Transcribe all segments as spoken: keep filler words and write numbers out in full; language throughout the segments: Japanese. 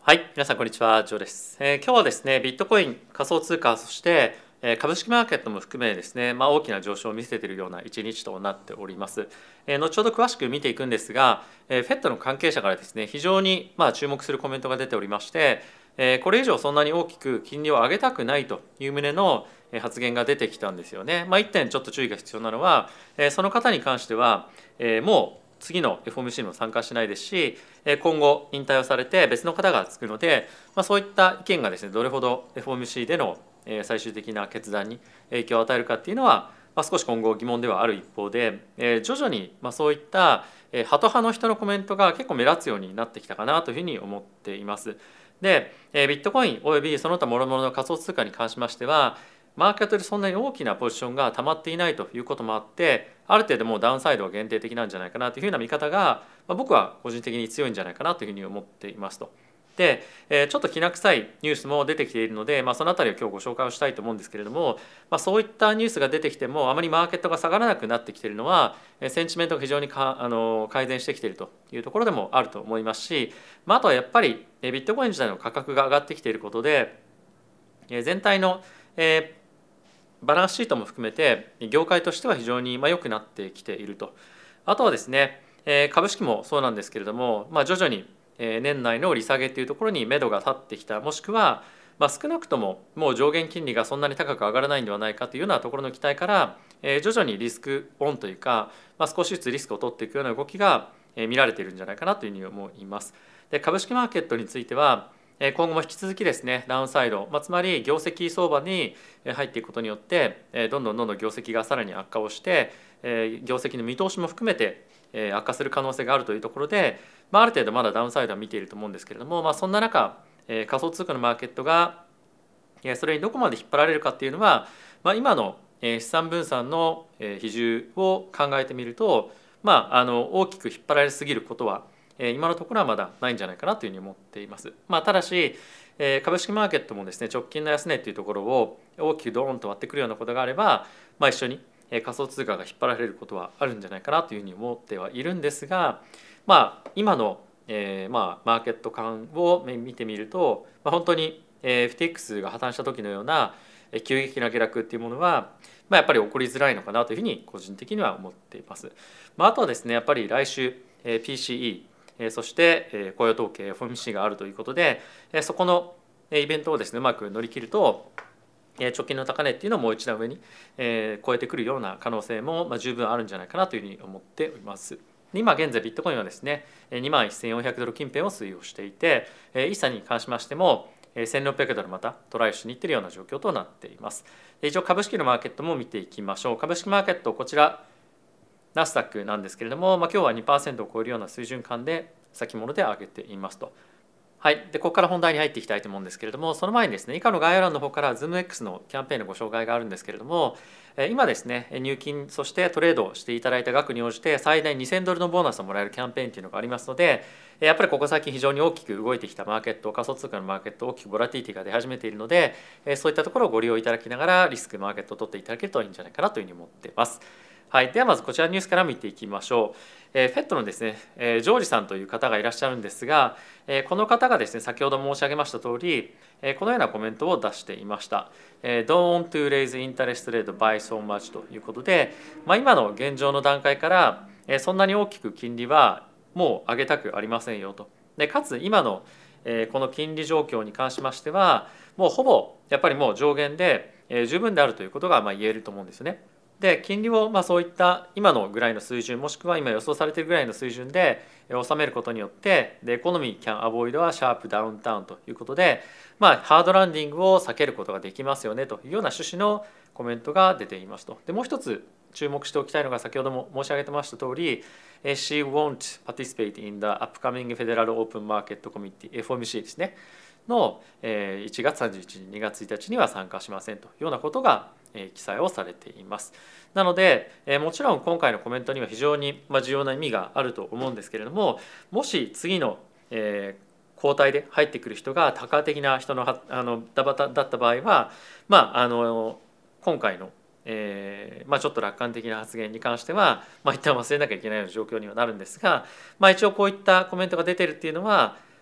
はい、皆さんこんにちは、ジョーです。えー今日はですね、ビットコイン、仮想通貨、そして、えー株式マーケットも含めですね、まあ、大きな上昇を見せているような一日となっております。えー後ほど詳しく見ていくんですが、えー、フェット の関係者からですね、非常にまあ注目するコメントが出ておりまして、えーこれ以上そんなに大きく金利を上げたくないという旨のえー発言が出てきたんですよね。まあ、一点ちょっと注意が必要なのは、えーその方に関しては、えーもう次の エフオーエムシー にも参加しないですし、今後引退をされて別の方がつくので、まあ、そういった意見がですねどれほど エフオーエムシー での最終的な決断に影響を与えるかっていうのは、まあ、少し今後疑問ではある一方で、徐々にまあそういったハト派の人のコメントが結構目立つようになってきたかなというふうに思っています。で、ビットコインおよびその他諸々の仮想通貨に関しましては、マーケットでそんなに大きなポジションが溜まっていないということもあって、ある程度もうダウンサイドは限定的なんじゃないかなというふうな見方が、まあ、僕は個人的に強いんじゃないかなというふうに思っていますと。で、えーちょっときな臭いニュースも出てきているので、まあ、そのあたりを今日ご紹介をしたいと思うんですけれども、まあ、そういったニュースが出てきてもあまりマーケットが下がらなくなってきているのは、えーセンチメントが非常にかあの改善してきているというところでもあると思いますし、まあ、あとはやっぱりえービットコイン自体の価格が上がってきていることで、えー全体の、えーバランスシートも含めて業界としては非常にまあ良くなってきていると。あとはですね、えー株式もそうなんですけれども、まあ、徐々にえー年内の利下げというところに目処が立ってきた、もしくはまあ少なくとももう上限金利がそんなに高く上がらないんではないかというようなところの期待から、えー徐々にリスクオンというか、まあ、少しずつリスクを取っていくような動きがえー見られているんじゃないかなというふうに思います。で、株式マーケットについてはえー今後も引き続きですね、ダウンサイド、まあ、つまり業績相場に入っていくことによって、えーどんどんどんどん業績がさらに悪化をして、えー業績の見通しも含めてえー悪化する可能性があるというところで、まあ、ある程度まだダウンサイドは見ていると思うんですけれども、まあ、そんな中、えー仮想通貨のマーケットがえーそれにどこまで引っ張られるかっていうのは、まあ、今のえー資産分散のえー比重を考えてみると、まあ、あの大きく引っ張られすぎることはえー今のところはまだないんじゃないかなというふうに思っています。まあ、ただしえー株式マーケットもですね、直近の安値というところを大きくドーンと割ってくるようなことがあれば、まあ、一緒にえー仮想通貨が引っ張られることはあるんじゃないかなというふうに思ってはいるんですが、まあ、今のえーまあ、マーケット感を見てみると、まあ、本当にえーエフティーエックス が破綻した時のようなえー急激な下落っていうものは、まあ、やっぱり起こりづらいのかなというふうに個人的には思っています。まあ、あとはですね、やっぱり来週えー ピーシーイー、えーそしてえー雇用統計 エフオーエムシー があるということで、えーそこのえーイベントをですねうまく乗り切ると、えー直近の高値っていうのをもう一段上にえー超えてくるような可能性もまあ十分あるんじゃないかなというふうに思っております。今現在ビットコインはですねにまんせんよんひゃくドル近辺を推移をしていて、イーサに関しましてもせんろっぴゃくドルまたトライしにいっているような状況となっています。一応株式のマーケットも見ていきましょう。株式マーケット、こちらナスダックなんですけれども、まあ、今日は にパーセント を超えるような水準感で先物で上げていますと。はい、でここから本題に入っていきたいと思うんですけれども、その前にですね、以下の概要欄の方から ZoomX のキャンペーンのご紹介があるんですけれども、今ですね、入金そしてトレードをしていただいた額に応じて最大にせんドルのボーナスをもらえるキャンペーンというのがありますので、やっぱりここ最近非常に大きく動いてきたマーケット、仮想通貨のマーケット、大きくボラティティが出始めているので、そういったところをご利用いただきながらリスクマーケットを取っていただけるといいんじゃないかなというふうに思っています。はい、ではまずこちらのニュースから見ていきましょう。えー、フェットのですね、えージョージさんという方がいらっしゃるんですが、えーこの方がですね、先ほど申し上げました通り、えーこのようなコメントを出していました。えー Don't want to raise interest rate by so much ということで、まあ、今の現状の段階から、えーそんなに大きく金利はもう上げたくありませんよと。でかつ今の、えーこの金利状況に関しましては、もうほぼやっぱりもう上限で、えー十分であるということがまあ言えると思うんですよね。で金利をまあそういった今のぐらいの水準、もしくは今予想されているぐらいの水準で収めることによって、でエコノミー can avoid はシャープダウンタウンということで、まあ、ハードランディングを避けることができますよねというような趣旨のコメントが出ていますと。でもう一つ注目しておきたいのが、先ほども申し上げてました通り、She won't participate in the upcoming Federal Open Market Committee エフオーエムシー ですねのいちがつさんじゅういちにちにがつついたちには参加しませんというようなことが記載をされています。なのでもちろん今回のコメントには非常に重要な意味があると思うんですけれども、もし次の交代で入ってくる人が多価的な人のあのダバタだった場合は、まあ、あの今回のえーまあ、ちょっと楽観的な発言に関しては、まあ、一旦忘れなきゃいけないような状況にはなるんですが、まあ、一応こういったコメントが出てるっていうのは、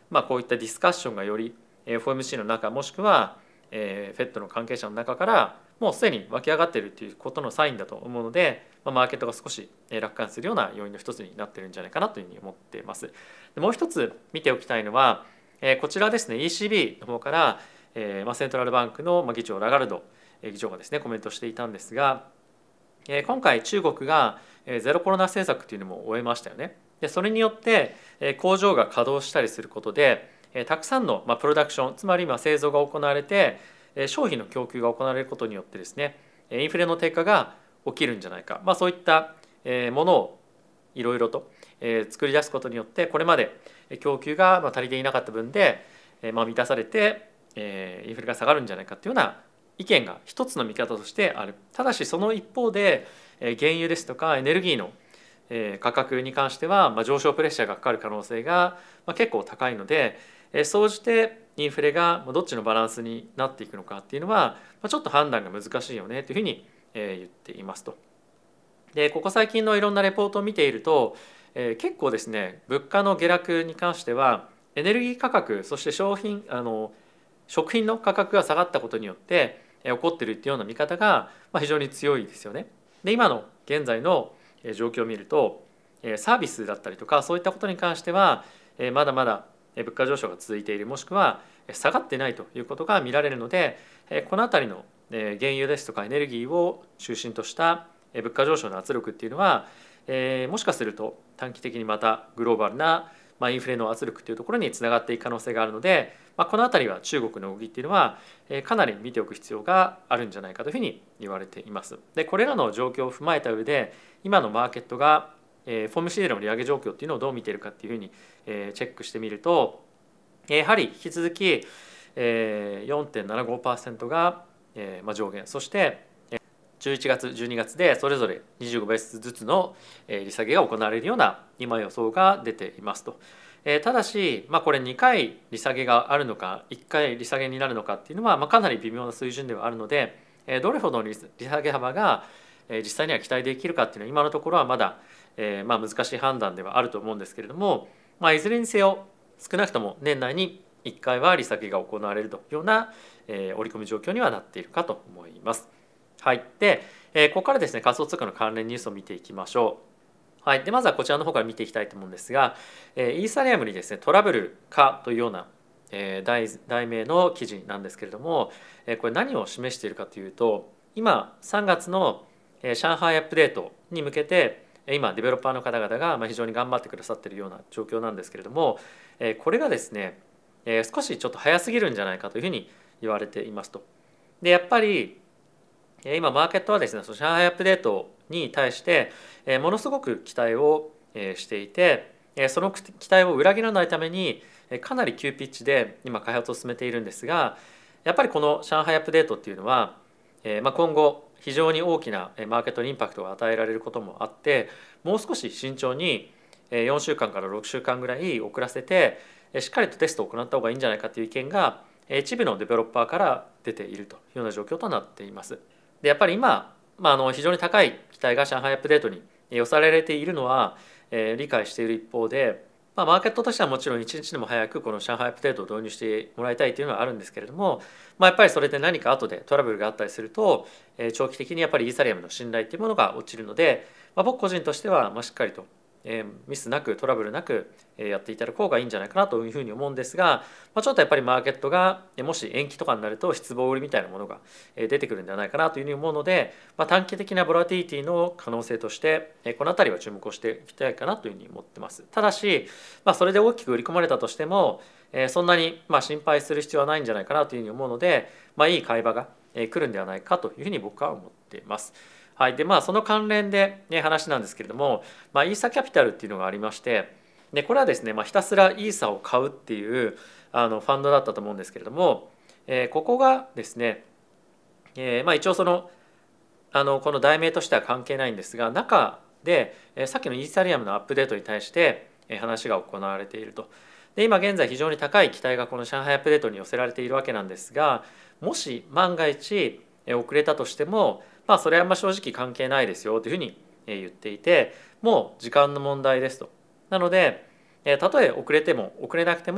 まあ、こういったディスカッションがより エフオーエムシー の中もしくは エフイーディー の関係者の中からもうすでに湧き上がっているということのサインだと思うので、まあ、マーケットが少し楽観するような要因の一つになっているんじゃないかなというふうに思っています。でもう一つ見ておきたいのはこちらですね、 イーシービー の方からセントラルバンクの議長ラガルド議長がですねコメントしていたんですが、今回中国がゼロコロナ政策というのも終えましたよね。でそれによって工場が稼働したりすることでたくさんのプロダクション、つまり今製造が行われて商品の供給が行われることによってですね、インフレの低下が起きるんじゃないか、まあ、そういったものをいろいろと作り出すことによってこれまで供給が足りていなかった分で満たされてインフレが下がるんじゃないかというような意見が一つの見方としてある。ただしその一方で原油ですとかエネルギーの価格に関しては上昇プレッシャーがかかる可能性が結構高いので、総じてインフレがどっちのバランスになっていくのかっていうのはちょっと判断が難しいよねというふうに言っていますと。でここ最近のいろんなレポートを見ていると結構ですね、物価の下落に関してはエネルギー価格、そして商品あの食品の価格が下がったことによって起こっているっていうような見方が非常に強いですよね。で今の現在の状況を見るとサービスだったりとかそういったことに関してはまだまだ物価上昇が続いている、もしくは下がってないということが見られるので、このあたりの原油ですとかエネルギーを中心とした物価上昇の圧力っていうのはもしかすると短期的にまたグローバルなインフレの圧力というところにつながっていく可能性があるので、このあたりは中国の動きっていうのはかなり見ておく必要があるんじゃないかというふうに言われています。でこれらの状況を踏まえた上で今のマーケットがエフオーエムシー での利上げ状況っていうのをどう見ているかっていうふうにチェックしてみると、やはり引き続き よんてんななごパーセント が上限、そしてじゅういちがつじゅうにがつでそれぞれにじゅうごベースずつの利下げが行われるような今予想が出ていますと。ただし、まあ、これにかい利下げがあるのかいっかい利下げになるのかっていうのは、まあ、かなり微妙な水準ではあるので、どれほどの利下げ幅が実際には期待できるかっていうのは今のところはまだまあ難しい判断ではあると思うんですけれども、まあ、いずれにせよ少なくとも年内にいっかいは利下げが行われるというような織り込み状況にはなっているかと思います。はい、でここからですね仮想通貨の関連ニュースを見ていきましょう。はい、でまずはこちらの方から見ていきたいと思うんですが、イーサリアムにですねトラブルかというような題題名の記事なんですけれども、これ何を示しているかというと、今さんがつの上海アップデートに向けて今デベロッパーの方々が非常に頑張ってくださっているような状況なんですけれども、これがですね少しちょっと早すぎるんじゃないかというふうに言われていますと。でやっぱり今マーケットはですねその上海アップデートに対してものすごく期待をしていて、その期待を裏切らないためにかなり急ピッチで今開発を進めているんですが、やっぱりこの上海アップデートっていうのは今後非常に大きなマーケットにインパクトが与えられることもあって、もう少し慎重によんしゅうかんからろくしゅうかんぐらい遅らせてしっかりとテストを行った方がいいんじゃないかという意見が一部のデベロッパーから出ているというような状況となっています。でやっぱり今、まあ、あの非常に高い期待が上海アップデートに寄せられているのは、えー、理解している一方で、まあ、マーケットとしてはもちろん一日でも早くこの上海アップデートを導入してもらいたいというのはあるんですけれども、まあ、やっぱりそれで何か後でトラブルがあったりすると、えー、長期的にやっぱりイーサリアムの信頼というものが落ちるので、まあ、僕個人としてはまあしっかりとえー、ミスなくトラブルなくやっていただく方がいいんじゃないかなというふうに思うんですが、まあ、ちょっとやっぱりマーケットがもし延期とかになると失望売りみたいなものが出てくるんではないかなというふうに思うので、まあ、短期的なボラティリティの可能性としてこの辺りは注目をしていきたいかなというふうに思ってます。ただし、まあ、それで大きく売り込まれたとしてもそんなにまあ心配する必要はないんじゃないかなというふうに思うので、まあ、いい買い場が来るんではないかというふうに僕は思っています。はい、でまあその関連で、ね、話なんですけれども、まあ、イーサキャピタルっていうのがありまして、でこれはですね、まあ、ひたすらイーサを買うっていうあのファンドだったと思うんですけれども、えー、ここがですね、えー、まあ一応そのあのこの題名としては関係ないんですが、中で、えー、さっきのイーサリアムのアップデートに対して、えー、話が行われていると。で今現在非常に高い期待がこの上海アップデートに寄せられているわけなんですが、もし万が一遅れたとしても、まあそれはまあ正直関係ないですよというふうに言っていて、もう時間の問題ですと。なのでたとえ遅れても遅れなくても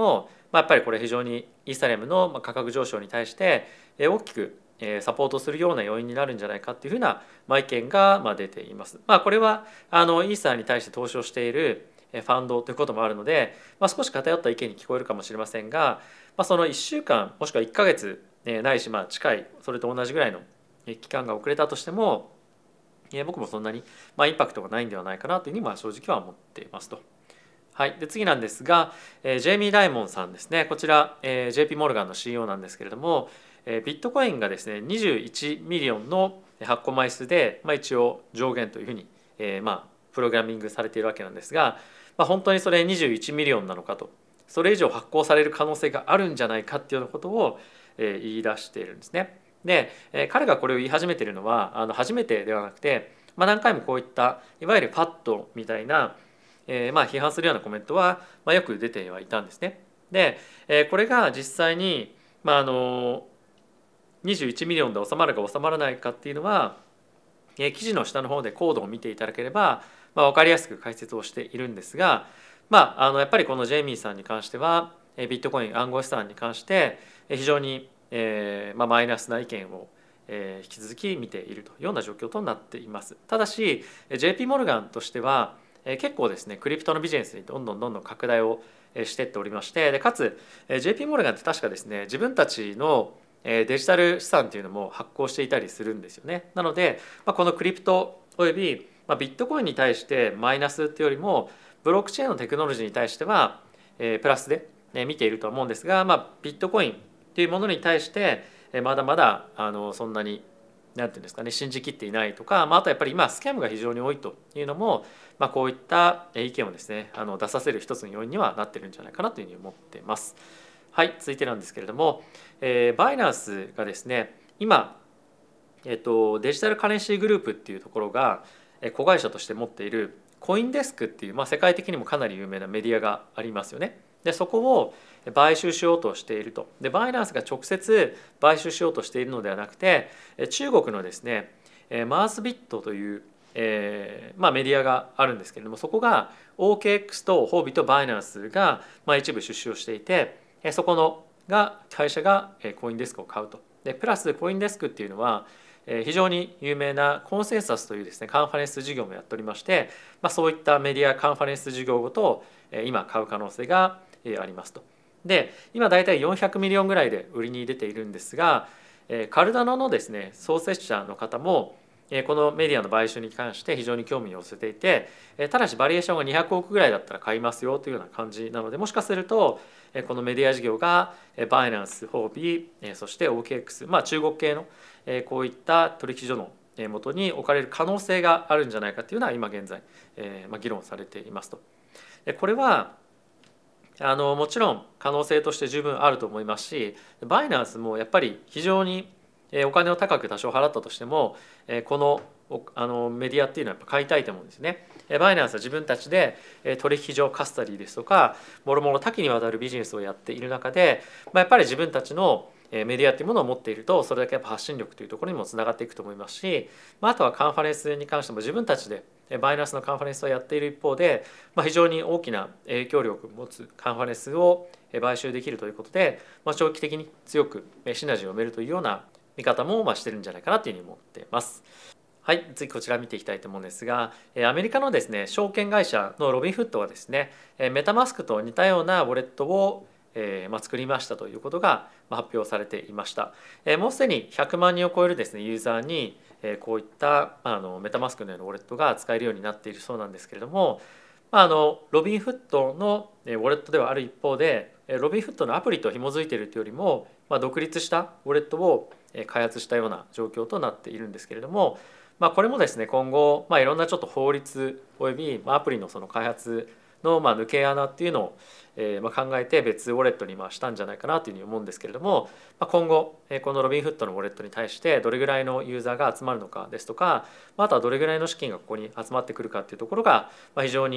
まあ、やっぱりこれ非常にイーサリアムの価格上昇に対して大きくサポートするような要因になるんじゃないかっていうふうな意見が出ています。まあ、これはあのイーサーに対して投資をしているファンドということもあるので、まあ、少し偏った意見に聞こえるかもしれませんが、まあ、そのいっしゅうかんもしくはいっかげつないしまあ近いそれと同じぐらいの期間が遅れたとしても僕もそんなにまあインパクトがないんではないかなというふうにまあ正直は思っていますと。はい、で次なんですが、えー、ジェイミー・ダイモンさんですね。こちら、えー、ジェイピー モルガンの シーイーオー なんですけれども、えー、ビットコインがですねにじゅういちミリオンの発行枚数で、まあ、一応上限というふうに、えー、まあプログラミングされているわけなんですが、まあ、本当にそれにじゅういちミリオンなのかと、それ以上発行される可能性があるんじゃないかっていうようなことを、えー、言い出しているんですね。で、えー、彼がこれを言い始めているのはあの初めてではなくて、まあ、何回もこういったいわゆるファットみたいなえー、まあ批判するようなコメントは、まあ、よく出てはいたんですね。で、えー、これが実際に、まあ、あのにじゅういちミリオンで収まるか収まらないかっていうのは、えー、記事の下の方でコードを見ていただければ、まあ、分かりやすく解説をしているんですが、まあ、あのやっぱりこのジェイミーさんに関してはビットコイン暗号資産に関して非常に、えーまあ、マイナスな意見を引き続き見ているというような状況となっています。ただし ジェイピー モルガンとしては結構ですねクリプトのビジネスにどんどんどんどん拡大をしていっておりまして、でかつ ジェイピー モルガンって確かですね自分たちのデジタル資産っていうのも発行していたりするんですよね。なので、まあ、このクリプトおよびビットコインに対してマイナスっていうよりもブロックチェーンのテクノロジーに対してはプラスで見ていると思うんですが、まあ、ビットコインっていうものに対してまだまだあのそんなになんていうんですかね信じきっていないとか、まあ、あとやっぱり今スキャムが非常に多いというのも、まあ、こういった意見をですねあの出させる一つの要因にはなってるんじゃないかなというふうに思っています。はい、続いてなんですけれども、えー、バイナンスがですね今、えっと、デジタルカレンシーグループっていうところが子会社として持っているコインデスクっていう、まあ、世界的にもかなり有名なメディアがありますよね。でそこを買収しようとしていると。でバイナンスが直接買収しようとしているのではなくて中国のですねマースビットという、えーまあ、メディアがあるんですけれども、そこが オーケーエックス とホービとバイナンスが、まあ、一部出資をしていて、そこのが会社がコインデスクを買うと。でプラスコインデスクっていうのは非常に有名なコンセンサスというですねカンファレンス事業もやっておりまして、まあ、そういったメディアカンファレンス事業ごと今買う可能性がありますと。で今大体よんひゃくミリオンぐらいで売りに出ているんですが、カルダノのですね創設者の方もこのメディアの買収に関して非常に興味を寄せていて、ただしバリエーションがにひゃくおくぐらいだったら買いますよというような感じなので、もしかするとこのメディア事業がバイナンス、ホービー、そして オーケーエックス、まあ、中国系のこういった取引所の元に置かれる可能性があるんじゃないかというのは今現在議論されていますと。これはあのもちろん可能性として十分あると思いますし、バイナンスもやっぱり非常にお金を高く多少払ったとしてもこのあのメディアっていうのはやっぱ買いたいと思うんですね。バイナンスは自分たちで取引所カスタディですとかもろもろ多岐にわたるビジネスをやっている中で、まあ、やっぱり自分たちのメディアっていうものを持っているとそれだけやっぱ発信力というところにもつながっていくと思いますし、まあ、あとはカンファレンスに関しても自分たちでバイナンスのカンファレンスをやっている一方で、まあ、非常に大きな影響力を持つカンファレンスを買収できるということで、まあ、長期的に強くシナジーを埋めるというような見方もまあしてるんじゃないかなというふうに思っています。はい、次こちら見ていきたいと思うんですが、アメリカのですね証券会社のロビンフットはですねメタマスクと似たようなウォレットをえーまあ、作りましたということが発表されていました。えー、もうすでにひゃくまんにんを超えるですねユーザーに、えー、こういったあのメタマスクのようなウォレットが使えるようになっているそうなんですけれども、まあ、あのロビンフットのウォレットではある一方でロビンフットのアプリと紐づいているというよりも、まあ、独立したウォレットを開発したような状況となっているんですけれども、まあ、これもですね今後、まあ、いろんなちょっと法律およびアプリのその開発のまあ抜け穴っていうのをえーまあ考えて別ウォレットにまあしたんじゃないかなというふうに思うんですけれども、まあ、今後このロビンフットのウォレットに対してどれぐらいのユーザーが集まるのかですとか、あとはどれぐらいの資金がここに集まってくるかっていうところが非常に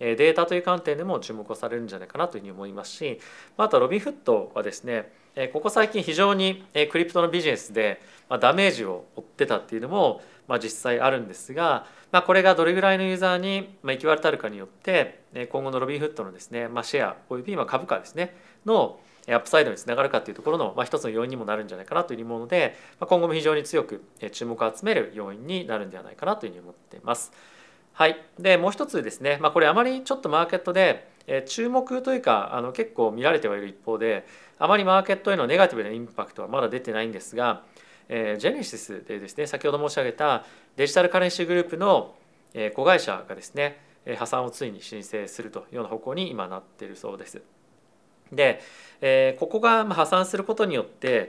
データという観点でも注目をされるんじゃないかなというふうに思いますし、あとはロビンフットはですね、ここ最近非常にクリプトのビジネスでダメージを負ってたっていうのも実際あるんですが、これがどれぐらいのユーザーに行き渡るかによって今後のロビンフットのですねシェアおよび株価ですねのアップサイドにつながるかというところの一つの要因にもなるんじゃないかなというふうに思うので、今後も非常に強く注目を集める要因になるんではないかなというふうに思っています。はい、でもう一つですね、まあ、これあまりちょっとマーケットで注目というかあの結構見られてはいる一方で、あまりマーケットへのネガティブなインパクトはまだ出てないんですが、えー、ジェネシスでですね、先ほど申し上げたデジタルカレンシーグループの子会社がですね破産をついに申請するというような方向に今なっているそうです。で、えー、ここが破産することによって、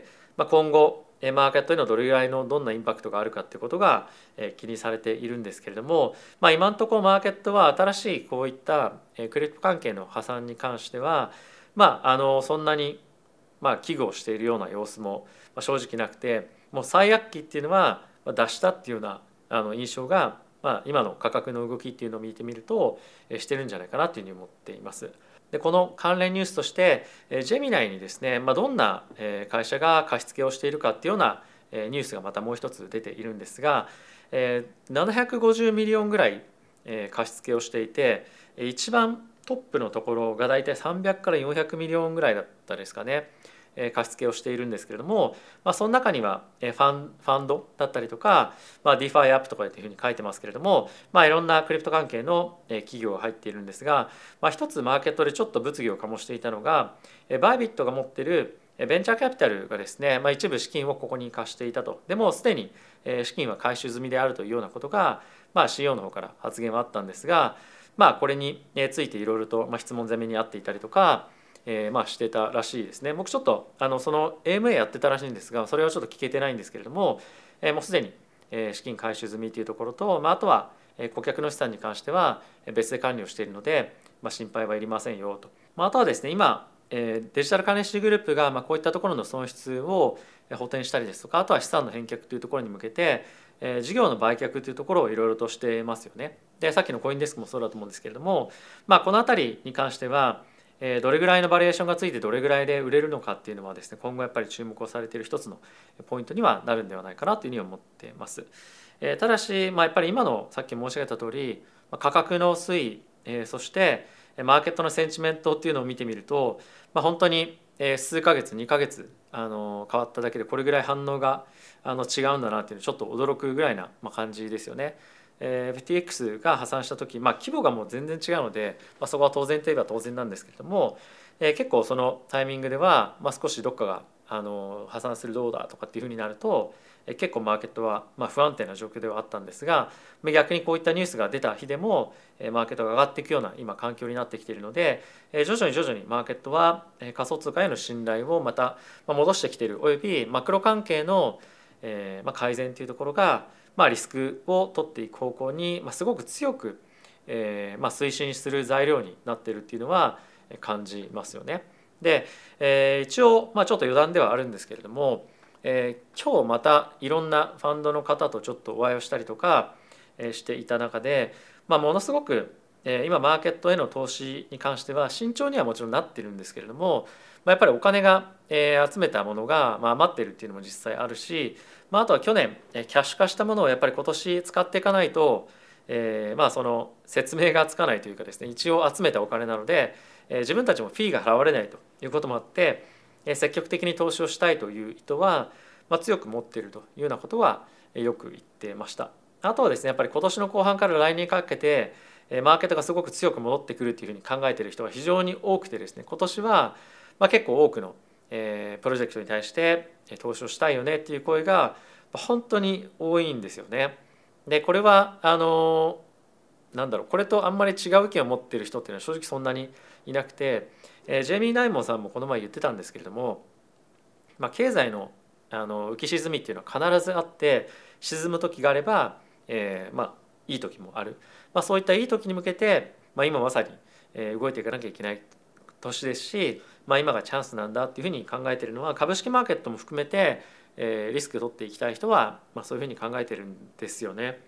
まあ、今後マーケットへのどれぐらいのどんなインパクトがあるかということが気にされているんですけれども、まあ、今のところマーケットは新しいこういったクリプト関係の破産に関しては、まあ、あのそんなにまあ危惧をしているような様子も正直なくて、もう最悪期っていうのは脱したっていうようなあの印象が、まあ、今の価格の動きっていうのを見てみるとしてるんじゃないかなというふうに思っています。でこの関連ニュースとしてジェミナイにですね、まあ、どんな会社が貸付をしているかっていうようなニュースがまたもう一つ出ているんですが、ななひゃくごじゅうミリオンぐらい貸付をしていて、一番トップのところがだいたいさんびゃくからよんひゃくミリオンぐらいだったですかね、貸付をしているんですけれども、まあ、その中にはファン、ファンドだったりとか、まあ、ディファイアップとかっていうふうに書いてますけれども、まあ、いろんなクリプト関係の企業が入っているんですが、まあ、一つマーケットでちょっと物議を醸していたのが、バイビットが持っているベンチャーキャピタルがですね、まあ、一部資金をここに貸していたと。でもすでに資金は回収済みであるというようなことが、まあ、シーイーオー の方から発言はあったんですが、まあ、これについていろいろと質問攻めにあっていたりとか、えー、まあしてたらしいですね。僕ちょっとあのその エーエムエー やってたらしいんですが、それはちょっと聞けてないんですけれども、えー、もうすでに資金回収済みというところと、まあ、あとは顧客の資産に関しては別で管理をしているので、まあ、心配はいりませんよと。まあ、あとはですね、今デジタルカレンシーグループがまあこういったところの損失を補填したりですとか、あとは資産の返却というところに向けて事業の売却というところをいろいろとしていますよね。でさっきのコインデスクもそうだと思うんですけれども、まあ、この辺りに関してはどれぐらいのバリエーションがついてどれぐらいで売れるのかっていうのはですね、今後やっぱり注目をされている一つのポイントにはなるんではないかなというふうに思っています。ただし、まあ、やっぱり今のさっき申し上げた通り価格の推移、そしてマーケットのセンチメントっていうのを見てみると、まあ、本当に数ヶ月にかげつあの変わっただけでこれぐらい反応があの違うんだなっていうのちょっと驚くぐらいな感じですよね。エフティーエックス が破産した時、まあ、規模がもう全然違うので、まあ、そこは当然といえば当然なんですけれども、えー、結構そのタイミングでは、まあ、少しどっかがあの破産するどうだとかっていうふうになると、えー、結構マーケットはまあ不安定な状況ではあったんですが、逆にこういったニュースが出た日でも、えー、マーケットが上がっていくような今環境になってきているので、えー、徐々に徐々にマーケットは仮想通貨への信頼をまた戻してきている、およびマクロ関係の、えーまあ、改善というところがまあ、リスクを取っていく方向に、まあ、すごく強く、えーまあ、推進する材料になっているっていうのは感じますよね。で、えー、一応、まあ、ちょっと余談ではあるんですけれども、えー、今日またいろんなファンドの方とちょっとお会いをしたりとかしていた中で、まあ、ものすごく今マーケットへの投資に関しては慎重にはもちろんなってるんですけれども、まあ、やっぱりお金が集めたものが余ってるっていうのも実際あるし、まあ、あとは去年キャッシュ化したものをやっぱり今年使っていかないと、えー、まあその説明がつかないというかですね、一応集めたお金なので自分たちもフィーが払われないということもあって積極的に投資をしたいという意図は、まあ、強く持っているというようなことはよく言ってました。あとはですね、やっぱり今年の後半から来年にかけてマーケットがすごく強く戻ってくるというふうに考えている人が非常に多くてですね、今年はまあ結構多くのプロジェクトに対して投資をしたいよねっていう声が本当に多いんですよね。でこれはあのなんだろう、これとあんまり違う意見を持っている人っていうのは正直そんなにいなくて、えー、ジェイミー・ナイモンさんもこの前言ってたんですけれども、まあ、経済のあの浮き沈みっていうのは必ずあって、沈む時があれば、えー、まあいい時もある、まあ、そういったいい時に向けて、まあ、今まさに動いていかなきゃいけない年ですし、まあ、今がチャンスなんだっていうふうに考えているのは株式マーケットも含めて、えー、リスクを取っていきたい人は、まあ、そういうふうに考えてるんですよね。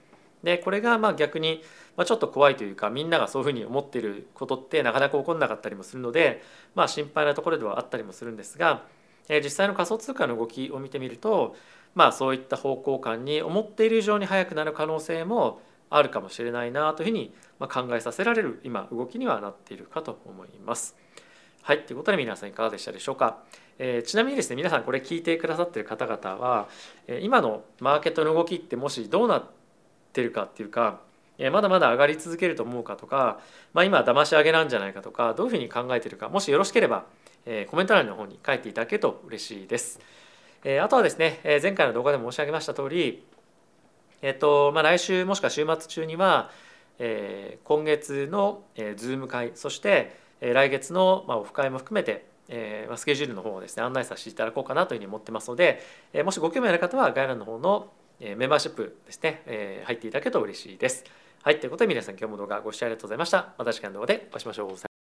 でこれがまあ逆にまあちょっと怖いというか、みんながそういうふうに思っていることってなかなか起こんなかったりもするので、まあ心配なところではあったりもするんですが、えー実際の仮想通貨の動きを見てみると、まあそういった方向感に思っている以上に速くなる可能性もあるかもしれないなというふうにまあ考えさせられる今動きにはなっているかと思います。はい、ということで皆さんいかがでしたでしょうか。えーちなみにですね、皆さんこれ聞いてくださっている方々は、えー今のマーケットの動きってもしどうなってるかっていうか、えーまだまだ上がり続けると思うかとか、まあ、今は騙し上げなんじゃないかとか、どういうふうに考えているか、もしよろしければ、えーコメント欄の方に書いていただけると嬉しいです。えーあとはですね、えー前回の動画でも申し上げました通り、えっとまあ、来週もしくは週末中には、えー今月の、えー、ズーム会、そして、えー来月の、まあ、オフ会も含めて、えーまあ、スケジュールの方をですね案内させていただこうかなというふうに思ってますので、えーもしご興味ある方は概要欄の方の、えーメンバーシップですね、えー入っていただけると嬉しいです。はい、ということで皆さん今日も動画ご視聴ありがとうございました。また次回の動画でお会いしましょう。